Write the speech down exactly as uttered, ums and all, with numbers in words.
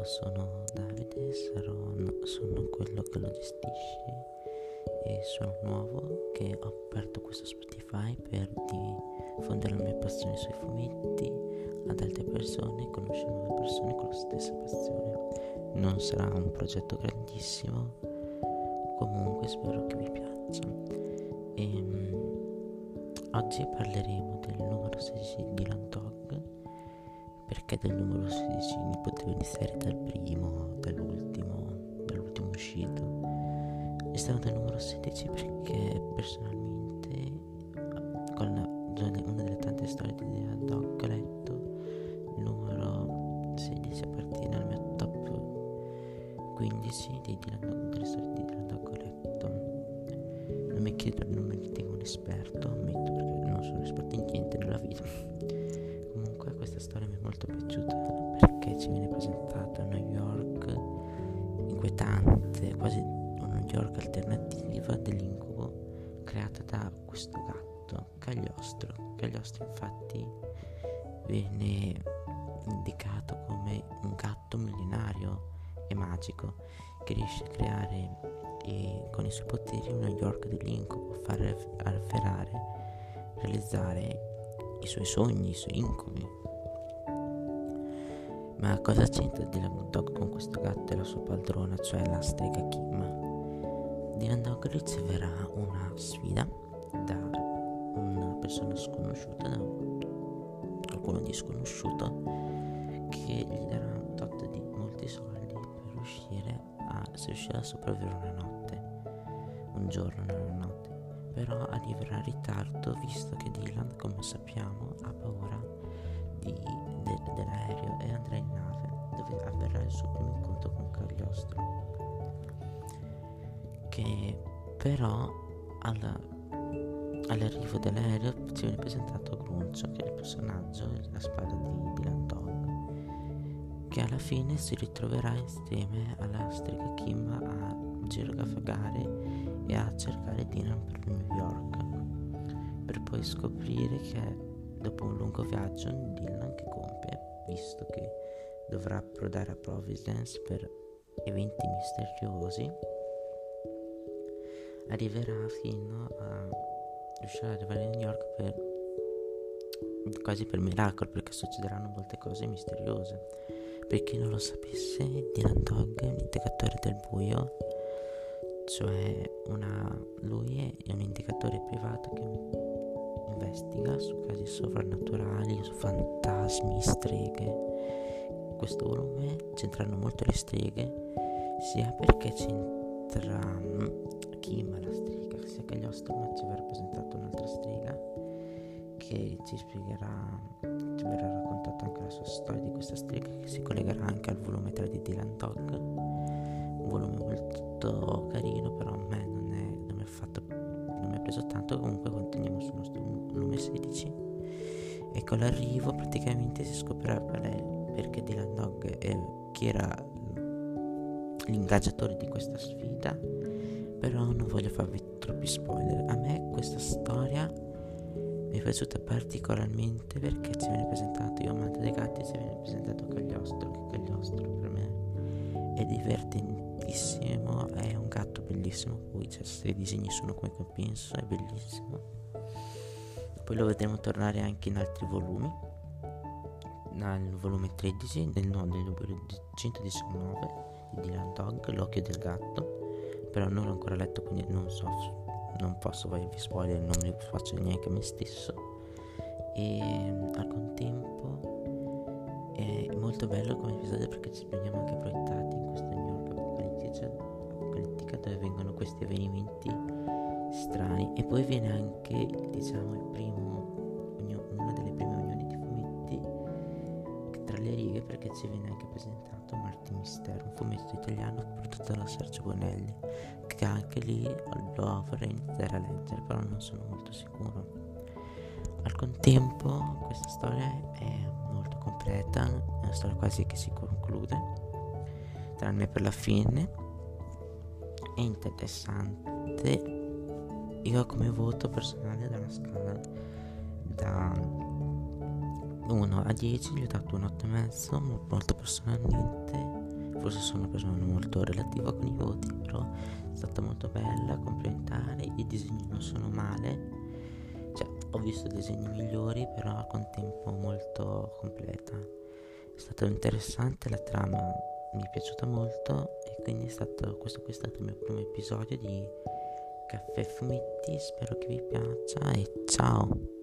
sono Davide, sarò, no, sono quello che lo gestisce e sono nuovo che ho aperto questo Spotify per diffondere la mia passione sui fumetti ad altre persone e conoscere nuove persone con la stessa passione. Non sarà un progetto grandissimo, comunque spero che vi piaccia. E, um, oggi parleremo del numero sedici di Dylan Dog. Perché del numero sedici? Mi potevo iniziare dal primo, dall'ultimo, dall'ultimo uscito. E stavo dal numero sedici perché personalmente, con la, una delle tante storie di Dylan Dog che ho letto, il numero sedici appartiene al mio top quindici di Dylan Dog, delle storie di Dylan Dog che ho letto. Non mi chiedo, non mi ritengo un esperto, ammetto, perché non sono esperto in niente nella vita. Comunque questa storia mi è molto piaciuta perché ci viene presentata New York inquietante, quasi una New York alternativa dell'incubo creata da questo gatto, Cagliostro. Cagliostro infatti viene indicato come un gatto millenario e magico che riesce a creare e, con i suoi poteri, una New York dell'incubo, far afferrare, realizzare i suoi sogni, i suoi incubi. Ma cosa c'entra Dylan Dog con questo gatto e la sua padrona, cioè la strega Kim? Dylan Dog riceverà una sfida da una persona sconosciuta, da qualcuno di sconosciuto, che gli darà un tot di molti soldi per riuscire a, se riuscirà a sopravvivere una notte, un giorno, non una notte. Però arriverà in ritardo, visto che Dylan, come sappiamo, ha paura di, de, dell'aereo e andrà in nave, dove avverrà il suo primo incontro con Cagliostro. Che però alla, all'arrivo dell'aereo ci viene presentato Gruncio, che è il personaggio, la spada di Dylan Dog, che alla fine si ritroverà insieme alla strega Kim a girovagare e a cercare Dylan per New York, per poi scoprire che dopo un lungo viaggio Dylan che compie, visto che dovrà approdare a Providence per eventi misteriosi, arriverà fino a riuscire ad arrivare a New York per quasi per miracolo, perché succederanno molte cose misteriose. Per chi non lo sapesse, Dylan Dog è un indicatore del buio, cioè una, lui è un indicatore privato che investiga su casi sovrannaturali, su fantasmi, streghe. In questo volume c'entrano molto le streghe, sia perché c'entra Kim, la strega, sia che gli Ostroma ci verrà presentata un'altra strega che ci spiegherà, ci verrà raccontata anche la sua storia di questa strega, che si collegherà anche al volume tre di Dylan Dog. Un volume molto carino, però a me non è, non mi ha fatto, non mi ha preso tanto. Comunque continuiamo sul nostro volume sedici e con l'arrivo praticamente si scoprirà qual è, perché Dylan Dog è chi era l'ingaggiatore di questa sfida. Però non voglio farvi troppi spoiler. A me questa storia mi è piaciuta particolarmente perché ci viene presentato, io amante dei gatti, ci viene presentato Cagliostro, che Cagliostro per me è divertentissimo, è un gatto bellissimo, poi cioè, se i disegni sono come penso, è bellissimo. Poi lo vedremo tornare anche in altri volumi, nel volume tredici, nel, no, nel numero centodiciannove di Dylan Dog, l'occhio del gatto, però non l'ho ancora letto, quindi non so, non posso farvi spoiler, non me li faccio neanche a me stesso. E al contempo è molto bello come episodio perché ci veniamo anche proiettati in questa New York apocalittica, apocalittica dove vengono questi avvenimenti strani. E poi viene anche, diciamo, il primo una delle prime unioni di fumetti tra le righe, perché ci viene anche presentato Martin Mistero, un fumetto italiano prodotto da Sergio Bonelli, che anche lì lo vorrei iniziare a leggere, però non sono molto sicuro. Al contempo questa storia è molto completa, è una storia quasi che si conclude, tranne per la fine. È interessante. Io come voto personale da una scala da uno a dieci gli ho dato un otto e mezzo, molto personalmente forse sono una persona molto relativa con i voti, però è stata molto bella, complementare, i disegni non sono male, cioè ho visto disegni migliori, però con tempo molto completa. È stato interessante, la trama mi è piaciuta molto e quindi è stato, questo qui è stato il mio primo episodio di Caffè Fumetti, spero che vi piaccia e ciao!